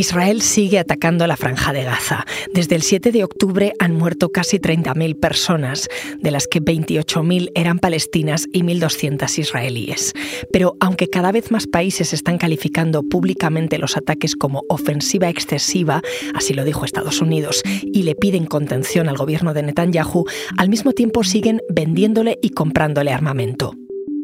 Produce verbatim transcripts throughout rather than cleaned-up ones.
Israel sigue atacando la Franja de Gaza. Desde el siete de octubre han muerto casi treinta mil personas, de las que veintiocho mil eran palestinas y mil doscientas israelíes. Pero aunque cada vez más países están calificando públicamente los ataques como ofensiva excesiva, así lo dijo Estados Unidos, y le piden contención al gobierno de Netanyahu, al mismo tiempo siguen vendiéndole y comprándole armamento.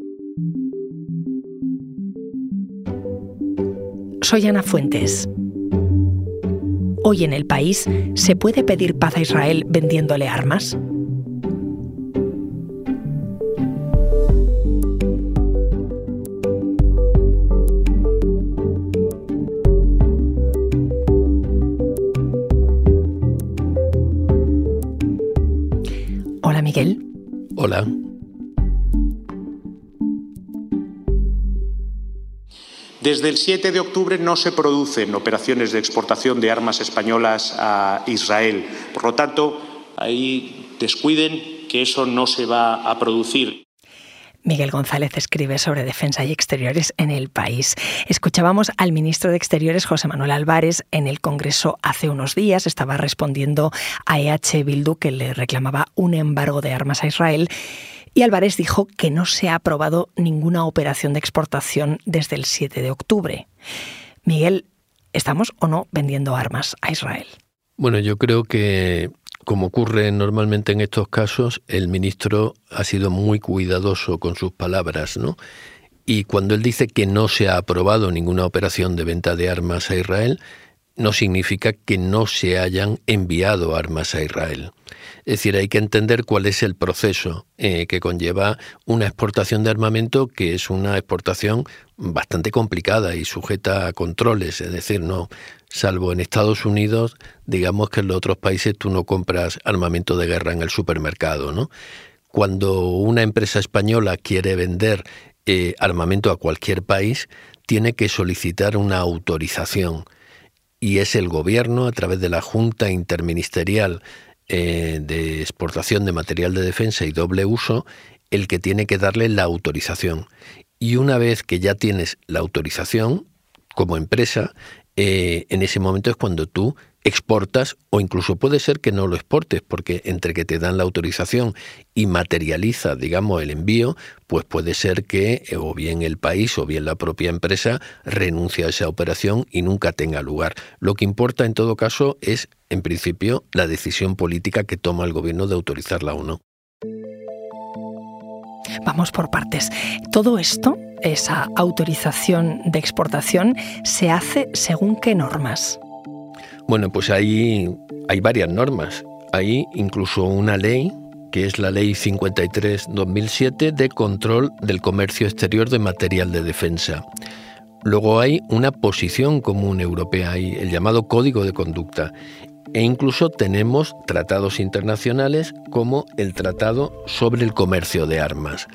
Soy Ana Fuentes. Hoy en El País, ¿se puede pedir paz a Israel vendiéndole armas? Hola, Miguel. Hola. Desde el siete de octubre no se producen operaciones de exportación de armas españolas a Israel. Por lo tanto, ahí descuiden que eso no se va a producir. Miguel González escribe sobre defensa y exteriores en El País. Escuchábamos al ministro de Exteriores, José Manuel Álvarez, en el Congreso hace unos días. Estaba respondiendo a E H Bildu, que le reclamaba un embargo de armas a Israel. Y Álvarez dijo que no se ha aprobado ninguna operación de exportación desde el siete de octubre. Miguel, ¿estamos o no vendiendo armas a Israel? Bueno, yo creo que, como ocurre normalmente en estos casos, el ministro ha sido muy cuidadoso con sus palabras, ¿no? Y cuando él dice que no se ha aprobado ninguna operación de venta de armas a Israel, no significa que no se hayan enviado armas a Israel. Es decir, hay que entender cuál es el proceso eh, que conlleva una exportación de armamento, que es una exportación bastante complicada y sujeta a controles. Es decir, no, salvo en Estados Unidos, digamos que en los otros países tú no compras armamento de guerra en el supermercado, ¿no? Cuando una empresa española quiere vender eh, armamento a cualquier país, tiene que solicitar una autorización. Y es el gobierno, a través de la Junta Interministerial eh, de Exportación de Material de Defensa y Doble Uso, el que tiene que darle la autorización. Y una vez que ya tienes la autorización, como empresa, eh, en ese momento es cuando tú exportas, o incluso puede ser que no lo exportes, porque entre que te dan la autorización y materializa, digamos, el envío, pues puede ser que eh, o bien el país o bien la propia empresa renuncie a esa operación y nunca tenga lugar. Lo que importa en todo caso es, en principio, la decisión política que toma el gobierno de autorizarla o no. Vamos por partes. Todo esto, esa autorización de exportación, ¿se hace según qué normas? Bueno, pues hay, hay varias normas. Hay incluso una ley, que es la Ley cincuenta y tres barra dos mil siete, de control del comercio exterior de material de defensa. Luego hay una posición común europea, hay el llamado Código de Conducta. E incluso tenemos tratados internacionales como el Tratado sobre el Comercio de Armas.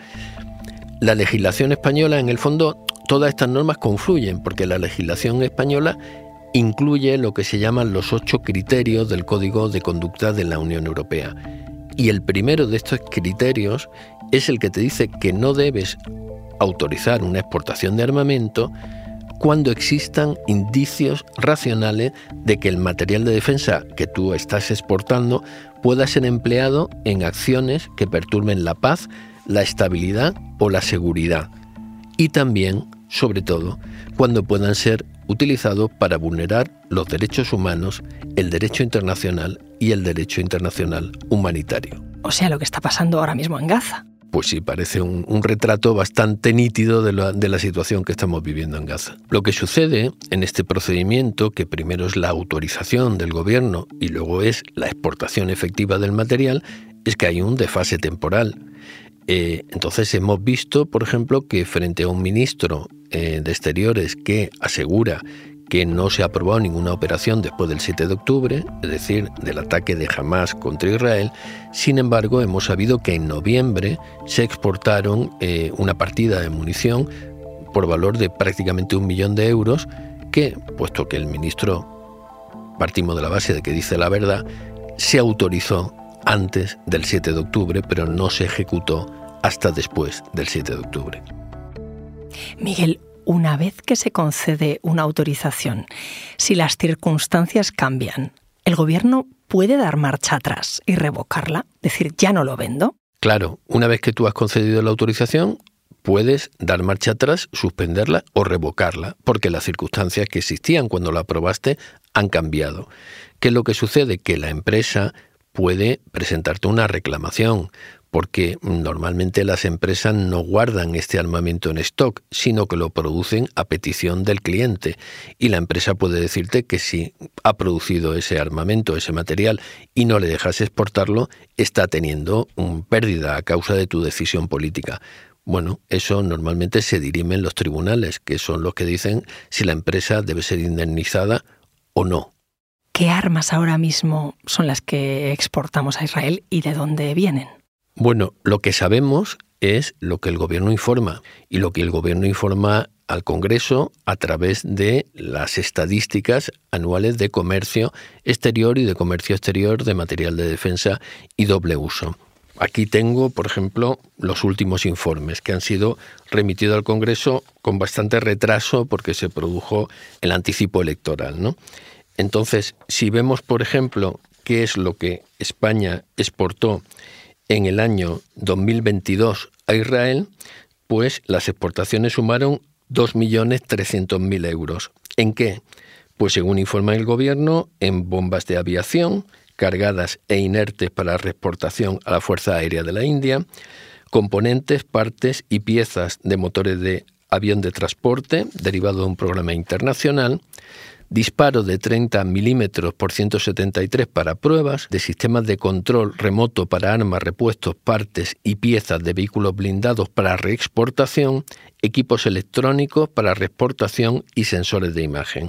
La legislación española, en el fondo, todas estas normas confluyen, porque la legislación española incluye lo que se llaman los ocho criterios del Código de Conducta de la Unión Europea. Y el primero de estos criterios es el que te dice que no debes autorizar una exportación de armamento cuando existan indicios racionales de que el material de defensa que tú estás exportando pueda ser empleado en acciones que perturben la paz, la estabilidad o la seguridad. Y también, sobre todo, cuando puedan ser utilizados para vulnerar los derechos humanos, el derecho internacional y el derecho internacional humanitario. O sea, lo que está pasando ahora mismo en Gaza. Pues sí, parece un, un retrato bastante nítido de la, de la situación que estamos viviendo en Gaza. Lo que sucede en este procedimiento, que primero es la autorización del gobierno y luego es la exportación efectiva del material, es que hay un desfase temporal. Eh, entonces hemos visto, por ejemplo, que frente a un ministro eh, de Exteriores que asegura que no se ha aprobado ninguna operación después del siete de octubre, es decir, del ataque de Hamás contra Israel, sin embargo, hemos sabido que en noviembre se exportaron eh, una partida de munición por valor de prácticamente un millón de euros, que, puesto que el ministro, partimos de la base de que dice la verdad, se autorizó antes del siete de octubre, pero no se ejecutó hasta después del siete de octubre. Miguel, una vez que se concede una autorización, si las circunstancias cambian, ¿el gobierno puede dar marcha atrás y revocarla? Decir, ya no lo vendo. Claro, una vez que tú has concedido la autorización, puedes dar marcha atrás, suspenderla o revocarla, porque las circunstancias que existían cuando la aprobaste han cambiado. ¿Qué es lo que sucede? Que la empresa puede presentarte una reclamación, porque normalmente las empresas no guardan este armamento en stock, sino que lo producen a petición del cliente. Y la empresa puede decirte que si ha producido ese armamento, ese material, y no le dejas exportarlo, está teniendo una pérdida a causa de tu decisión política. Bueno, eso normalmente se dirime en los tribunales, que son los que dicen si la empresa debe ser indemnizada o no. ¿Qué armas ahora mismo son las que exportamos a Israel y de dónde vienen? Bueno, lo que sabemos es lo que el gobierno informa, y lo que el gobierno informa al Congreso a través de las estadísticas anuales de comercio exterior y de comercio exterior de material de defensa y doble uso. Aquí tengo, por ejemplo, los últimos informes que han sido remitidos al Congreso con bastante retraso porque se produjo el anticipo electoral, ¿no? Entonces, si vemos, por ejemplo, qué es lo que España exportó en el año dos mil veintidós a Israel, pues las exportaciones sumaron dos millones trescientos mil euros. ¿En qué? Pues según informa el gobierno, en bombas de aviación, cargadas e inertes para reexportación a la Fuerza Aérea de la India, componentes, partes y piezas de motores de avión de transporte derivado de un programa internacional, disparo de treinta milímetros por ciento setenta y tres para pruebas, de sistemas de control remoto para armas, repuestos, partes y piezas de vehículos blindados para reexportación, equipos electrónicos para reexportación y sensores de imagen.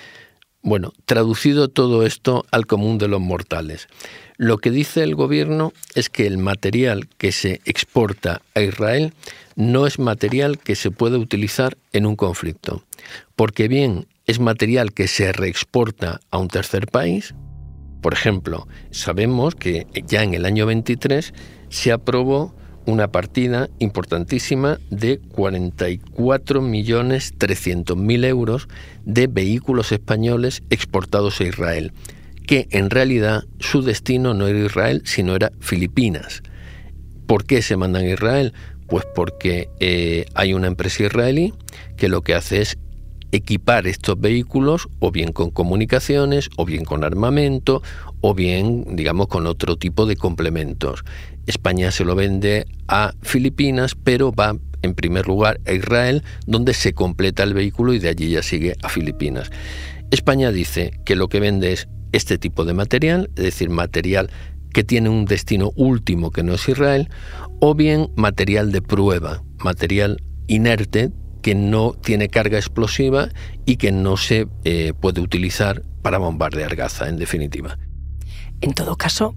Bueno, traducido todo esto al común de los mortales. Lo que dice el gobierno es que el material que se exporta a Israel no es material que se pueda utilizar en un conflicto, porque bien es material que se reexporta a un tercer país. Por ejemplo, sabemos que ya en el año veintitrés se aprobó una partida importantísima de cuarenta y cuatro millones trescientos mil euros de vehículos españoles exportados a Israel, que en realidad su destino no era Israel, sino era Filipinas. ¿Por qué se mandan a Israel? Pues porque eh, hay una empresa israelí que lo que hace es equipar estos vehículos o bien con comunicaciones, o bien con armamento, o bien, digamos, con otro tipo de complementos. España se lo vende a Filipinas, pero va en primer lugar a Israel, donde se completa el vehículo y de allí ya sigue a Filipinas. España dice que lo que vende es este tipo de material, es decir, material que tiene un destino último que no es Israel, o bien material de prueba, material inerte, que no tiene carga explosiva y que no se eh, puede utilizar para bombardear Gaza, en definitiva. En todo caso,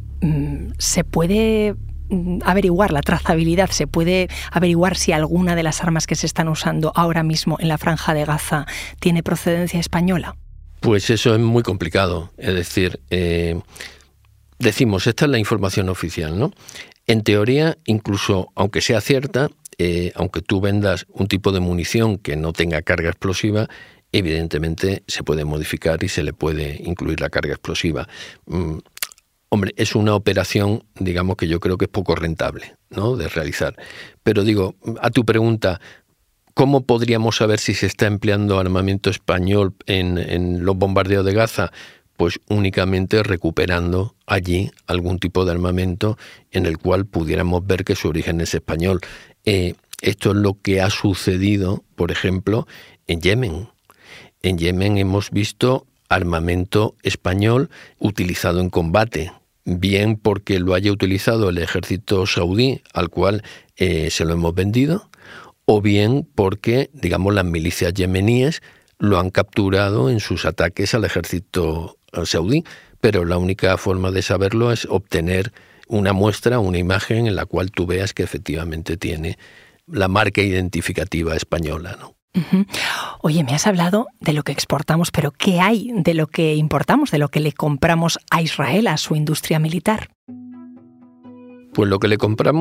¿se puede averiguar la trazabilidad? ¿Se puede averiguar si alguna de las armas que se están usando ahora mismo en la Franja de Gaza tiene procedencia española? Pues eso es muy complicado. Es decir, eh, decimos, esta es la información oficial, ¿no? En teoría, incluso aunque sea cierta, Eh, aunque tú vendas un tipo de munición que no tenga carga explosiva, evidentemente se puede modificar y se le puede incluir la carga explosiva. Mm, hombre, es una operación, digamos, que yo creo que es poco rentable, ¿no?, de realizar. Pero digo, a tu pregunta, ¿cómo podríamos saber si se está empleando armamento español en, en los bombardeos de Gaza? Pues únicamente recuperando allí algún tipo de armamento en el cual pudiéramos ver que su origen es español. Eh, esto es lo que ha sucedido, por ejemplo, en Yemen. En Yemen hemos visto armamento español utilizado en combate, bien porque lo haya utilizado el ejército saudí, al cual eh, se lo hemos vendido, o bien porque, digamos, las milicias yemeníes lo han capturado en sus ataques al ejército saudí, pero la única forma de saberlo es obtener una muestra, una imagen en la cual tú veas que efectivamente tiene la marca identificativa española, ¿no? Uh-huh. Oye, me has hablado de lo que exportamos, pero ¿qué hay de lo que importamos, de lo que le compramos a Israel, a su industria militar? Pues lo que le compramos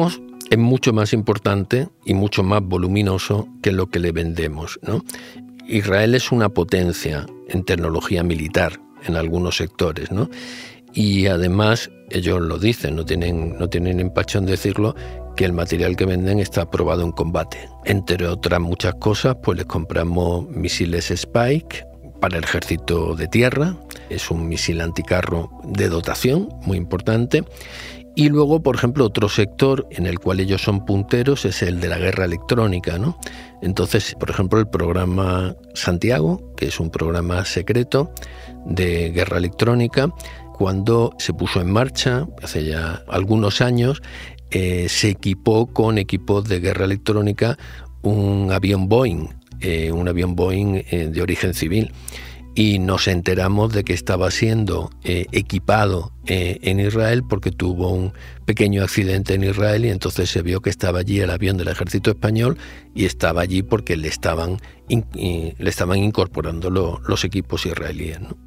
es mucho más importante y mucho más voluminoso que lo que le vendemos, ¿no? Israel es una potencia en tecnología militar en algunos sectores, ¿no? Y además, ellos lo dicen, no tienen, no tienen empacho en decirlo, que el material que venden está aprobado en combate. Entre otras muchas cosas, pues les compramos misiles Spike para el ejército de tierra, es un misil anticarro de dotación muy importante. Y luego, por ejemplo, otro sector en el cual ellos son punteros es el de la guerra electrónica, ¿no? Entonces, por ejemplo, el programa Santiago, que es un programa secreto de guerra electrónica, cuando se puso en marcha, hace ya algunos años, eh, se equipó con equipos de guerra electrónica un avión Boeing, eh, un avión Boeing eh, de origen civil. Y nos enteramos de que estaba siendo eh, equipado eh, en Israel porque tuvo un pequeño accidente en Israel y entonces se vio que estaba allí el avión del ejército español y estaba allí porque le estaban, in, eh, le estaban incorporando lo, los equipos israelíes, ¿no?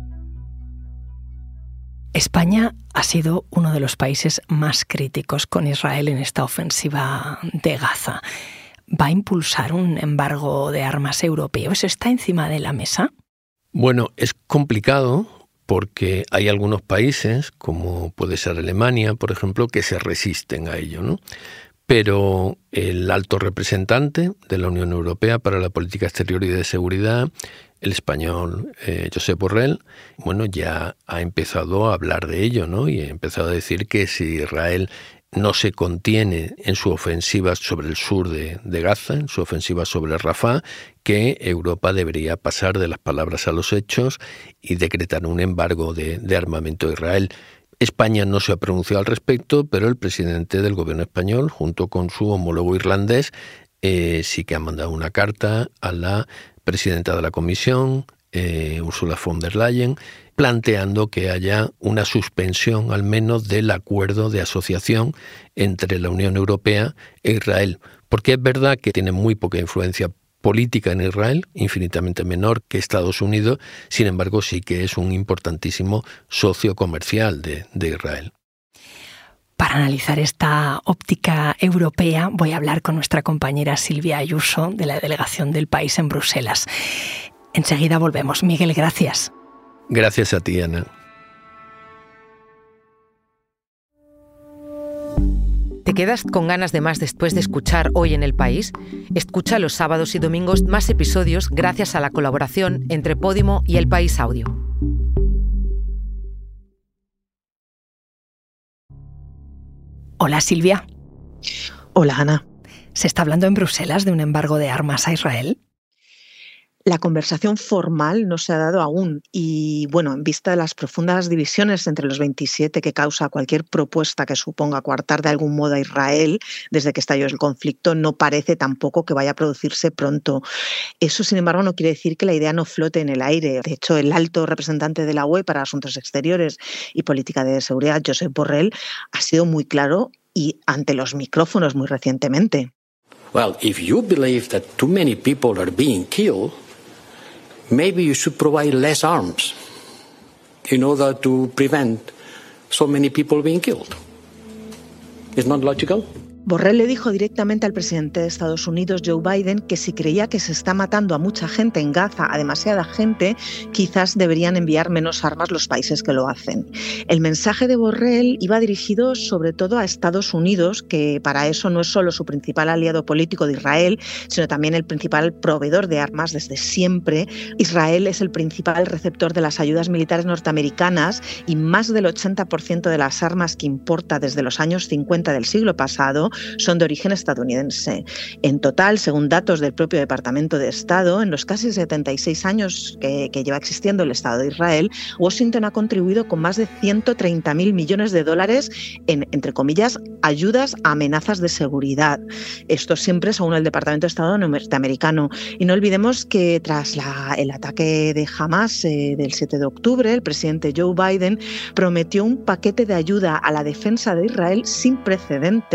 España ha sido uno de los países más críticos con Israel en esta ofensiva de Gaza. ¿Va a impulsar un embargo de armas europeo? ¿Eso está encima de la mesa? Bueno, es complicado porque hay algunos países, como puede ser Alemania, por ejemplo, que se resisten a ello, ¿no? Pero el alto representante de la Unión Europea para la política exterior y de seguridad, el español eh, Josep Borrell, bueno, ya ha empezado a hablar de ello, ¿no? Y ha empezado a decir que si Israel no se contiene en su ofensiva sobre el sur de, de Gaza, en su ofensiva sobre Rafah, que Europa debería pasar de las palabras a los hechos y decretar un embargo de, de armamento a Israel. España no se ha pronunciado al respecto, pero el presidente del gobierno español, junto con su homólogo irlandés, eh, sí que ha mandado una carta a la presidenta de la Comisión, eh, Ursula von der Leyen, planteando que haya una suspensión al menos del acuerdo de asociación entre la Unión Europea e Israel. Porque es verdad que tiene muy poca influencia política en Israel, infinitamente menor que Estados Unidos, sin embargo sí que es un importantísimo socio comercial de, de Israel. Para analizar esta óptica europea voy a hablar con nuestra compañera Silvia Ayuso de la delegación del país en Bruselas. Enseguida volvemos. Miguel, gracias. Gracias a ti, Ana. ¿Te quedas con ganas de más después de escuchar Hoy en el País? Escucha los sábados y domingos más episodios gracias a la colaboración entre Podimo y El País Audio. Hola, Silvia. Hola, Ana. ¿Se está hablando en Bruselas de un embargo de armas a Israel? La conversación formal no se ha dado aún y, bueno, en vista de las profundas divisiones entre los veintisiete que causa cualquier propuesta que suponga coartar de algún modo a Israel desde que estalló el conflicto, no parece tampoco que vaya a producirse pronto. Eso, sin embargo, no quiere decir que la idea no flote en el aire. De hecho, el alto representante de la U E para Asuntos Exteriores y Política de Seguridad, Josep Borrell, ha sido muy claro y ante los micrófonos muy recientemente. Well, if you believe that too many people are being killed, maybe you should provide less arms in order to prevent so many people being killed. It's not logical. Borrell le dijo directamente al presidente de Estados Unidos, Joe Biden, que si creía que se está matando a mucha gente en Gaza, a demasiada gente, quizás deberían enviar menos armas los países que lo hacen. El mensaje de Borrell iba dirigido sobre todo a Estados Unidos, que para eso no es solo su principal aliado político de Israel, sino también el principal proveedor de armas desde siempre. Israel es el principal receptor de las ayudas militares norteamericanas y más del ochenta por ciento de las armas que importa desde los años cincuenta del siglo pasado son de origen estadounidense. En total, según datos del propio Departamento de Estado, en los casi setenta y seis años que, que lleva existiendo el Estado de Israel, Washington ha contribuido con más de ciento treinta mil millones de dólares en, entre comillas, ayudas a amenazas de seguridad. Esto siempre según el Departamento de Estado norteamericano. Y no olvidemos que tras la, el ataque de Hamas eh, del siete de octubre, el presidente Joe Biden prometió un paquete de ayuda a la defensa de Israel sin precedentes por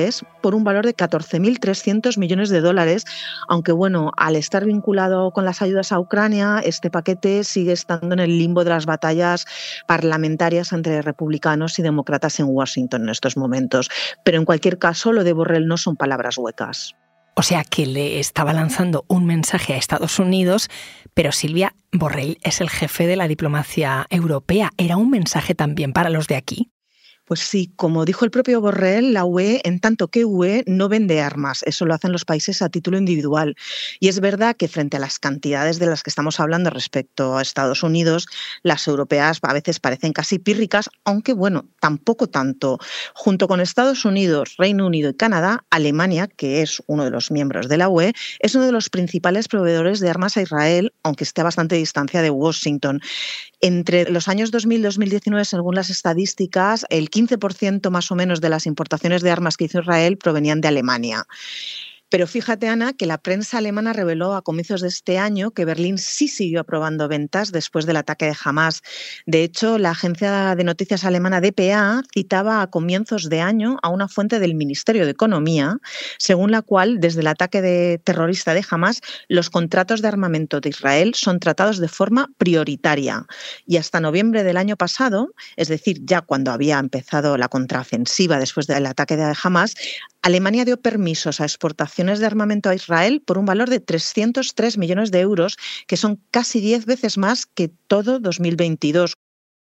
por un valor de catorce mil trescientos millones de dólares, aunque bueno, al estar vinculado con las ayudas a Ucrania, este paquete sigue estando en el limbo de las batallas parlamentarias entre republicanos y demócratas en Washington en estos momentos. Pero en cualquier caso, lo de Borrell no son palabras huecas. O sea que le estaba lanzando un mensaje a Estados Unidos, pero Silvia, Borrell es el jefe de la diplomacia europea. ¿Era un mensaje también para los de aquí? Pues sí, como dijo el propio Borrell, la U E, en tanto que U E, no vende armas. Eso lo hacen los países a título individual. Y es verdad que frente a las cantidades de las que estamos hablando respecto a Estados Unidos, las europeas a veces parecen casi pírricas, aunque bueno, tampoco tanto. Junto con Estados Unidos, Reino Unido y Canadá, Alemania, que es uno de los miembros de la U E, es uno de los principales proveedores de armas a Israel, aunque esté a bastante distancia de Washington. Entre los años dos mil y dos mil diecinueve, según las estadísticas, el quince por ciento más o menos de las importaciones de armas que hizo Israel provenían de Alemania. Pero fíjate, Ana, que la prensa alemana reveló a comienzos de este año que Berlín sí siguió aprobando ventas después del ataque de Hamás. De hecho, la agencia de noticias alemana D P A citaba a comienzos de año a una fuente del Ministerio de Economía, según la cual, desde el ataque de terrorista de Hamás, los contratos de armamento de Israel son tratados de forma prioritaria. Y hasta noviembre del año pasado, es decir, ya cuando había empezado la contraofensiva después del ataque de Hamás, Alemania dio permisos a exportaciones de armamento a Israel por un valor de trescientos tres millones de euros, que son casi diez veces más que todo dos mil veintidós.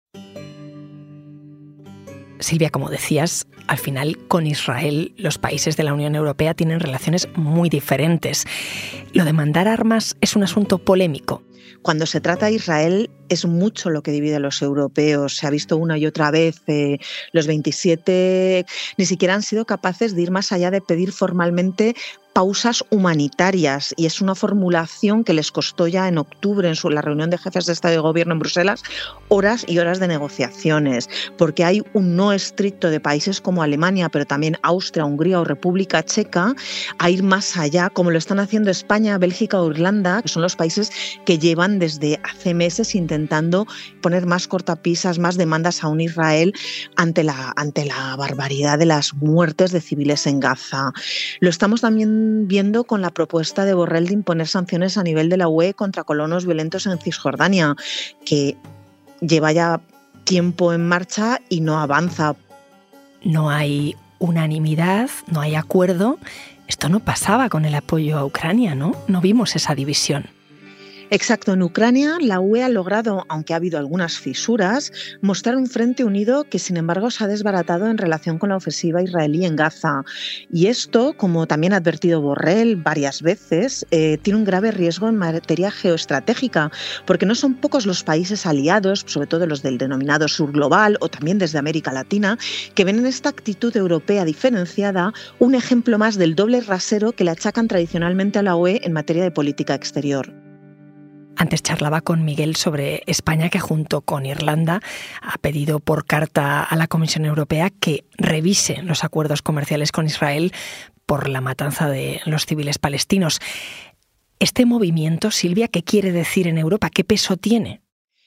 Silvia, como decías, al final con Israel los países de la Unión Europea tienen relaciones muy diferentes. Lo de mandar armas es un asunto polémico. Cuando se trata de Israel es mucho lo que divide a los europeos. Se ha visto una y otra vez. Eh, los veintisiete ni siquiera han sido capaces de ir más allá de pedir formalmente pausas humanitarias, y es una formulación que les costó ya en octubre en su, la reunión de jefes de Estado y Gobierno en Bruselas horas y horas de negociaciones, porque hay un no estricto de países como Alemania, pero también Austria, Hungría o República Checa, a ir más allá, como lo están haciendo España, Bélgica o Irlanda, que son los países que llevan desde hace meses intentando poner más cortapisas, más demandas a un Israel ante la, ante la barbaridad de las muertes de civiles en Gaza. Lo estamos también viendo con la propuesta de Borrell de imponer sanciones a nivel de la U E contra colonos violentos en Cisjordania, que lleva ya tiempo en marcha y no avanza. No hay unanimidad, no hay acuerdo. Esto no pasaba con el apoyo a Ucrania, ¿no? No vimos esa división. Exacto, en Ucrania la U E ha logrado, aunque ha habido algunas fisuras, mostrar un frente unido que sin embargo se ha desbaratado en relación con la ofensiva israelí en Gaza. Y esto, como también ha advertido Borrell varias veces, eh, tiene un grave riesgo en materia geoestratégica, porque no son pocos los países aliados, sobre todo los del denominado sur global o también desde América Latina, que ven en esta actitud europea diferenciada un ejemplo más del doble rasero que le achacan tradicionalmente a la U E en materia de política exterior. Antes charlaba con Miguel sobre España, que junto con Irlanda ha pedido por carta a la Comisión Europea que revise los acuerdos comerciales con Israel por la matanza de los civiles palestinos. Este movimiento, Silvia, ¿qué quiere decir en Europa? ¿Qué peso tiene?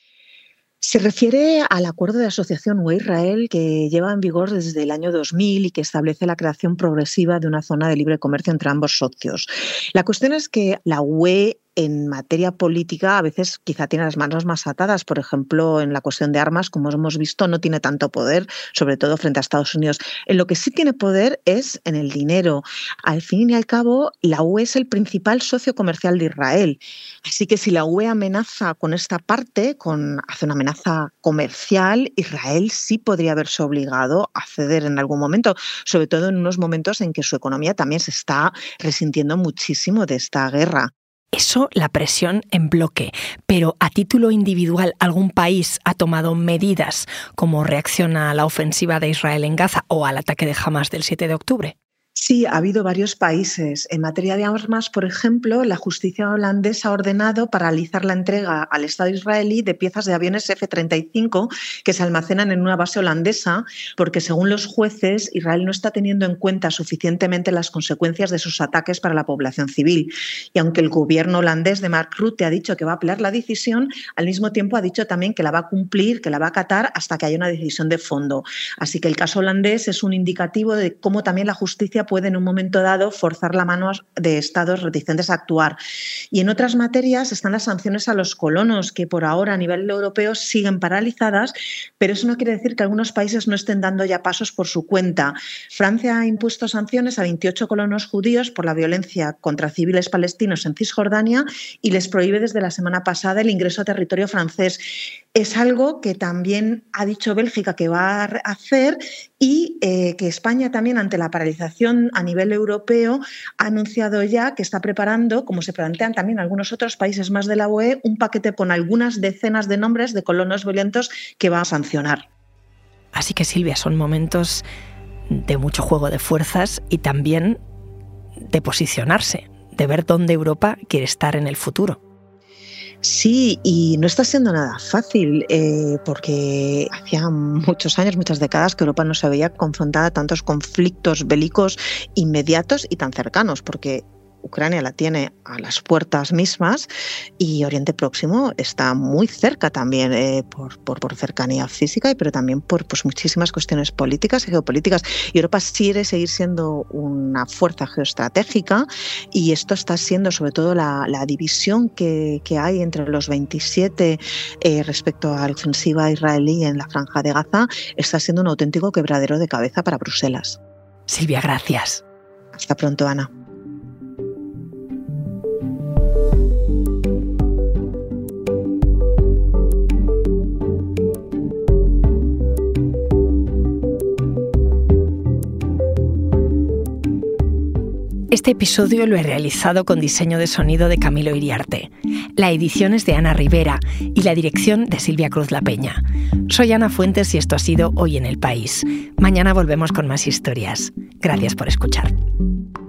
Se refiere al acuerdo de asociación U E-Israel que lleva en vigor desde el año dos mil y que establece la creación progresiva de una zona de libre comercio entre ambos socios. La cuestión es que la U E en materia política a veces quizá tiene las manos más atadas. Por ejemplo, en la cuestión de armas, como hemos visto, no tiene tanto poder, sobre todo frente a Estados Unidos. En lo que sí tiene poder es en el dinero. Al fin y al cabo, la U E es el principal socio comercial de Israel. Así que si la U E amenaza con esta parte, con, hace una amenaza comercial, Israel sí podría verse obligado a ceder en algún momento, sobre todo en unos momentos en que su economía también se está resintiendo muchísimo de esta guerra. Eso, la presión en bloque. Pero a título individual, ¿algún país ha tomado medidas como reacción a la ofensiva de Israel en Gaza o al ataque de Hamás del siete de octubre? Sí, ha habido varios países. En materia de armas, por ejemplo, la justicia holandesa ha ordenado paralizar la entrega al Estado israelí de piezas de aviones F treinta y cinco que se almacenan en una base holandesa, porque según los jueces, Israel no está teniendo en cuenta suficientemente las consecuencias de sus ataques para la población civil. Y aunque el gobierno holandés de Mark Rutte ha dicho que va a apelar la decisión, al mismo tiempo ha dicho también que la va a cumplir, que la va a acatar hasta que haya una decisión de fondo. Así que el caso holandés es un indicativo de cómo también la justicia Francia puede en un momento dado forzar la mano de estados reticentes a actuar. Y en otras materias están las sanciones a los colonos, que por ahora a nivel europeo siguen paralizadas, pero eso no quiere decir que algunos países no estén dando ya pasos por su cuenta. Francia ha impuesto sanciones a veintiocho colonos judíos por la violencia contra civiles palestinos en Cisjordania y les prohíbe desde la semana pasada el ingreso a territorio francés. Es algo que también ha dicho Bélgica que va a hacer y eh, que España también, ante la paralización a nivel europeo, ha anunciado ya que está preparando, como se plantean también algunos otros países más de la U E, un paquete con algunas decenas de nombres de colonos violentos que va a sancionar. Así que, Silvia, son momentos de mucho juego de fuerzas y también de posicionarse, de ver dónde Europa quiere estar en el futuro. Sí, y no está siendo nada fácil, eh, porque hacía muchos años, muchas décadas, que Europa no se veía confrontada a tantos conflictos bélicos inmediatos y tan cercanos, porque Ucrania la tiene a las puertas mismas y Oriente Próximo está muy cerca también, eh, por, por, por cercanía física, pero también por pues, muchísimas cuestiones políticas y geopolíticas. Y Europa quiere seguir siendo una fuerza geoestratégica y esto está siendo sobre todo la, la división que, que hay entre los veintisiete eh, respecto a la ofensiva israelí en la Franja de Gaza, está siendo un auténtico quebradero de cabeza para Bruselas. Silvia, gracias. Hasta pronto, Ana. Este episodio lo he realizado con diseño de sonido de Camilo Iriarte. La edición es de Ana Rivera y la dirección de Silvia Cruz La Peña. Soy Ana Fuentes y esto ha sido Hoy en el País. Mañana volvemos con más historias. Gracias por escuchar.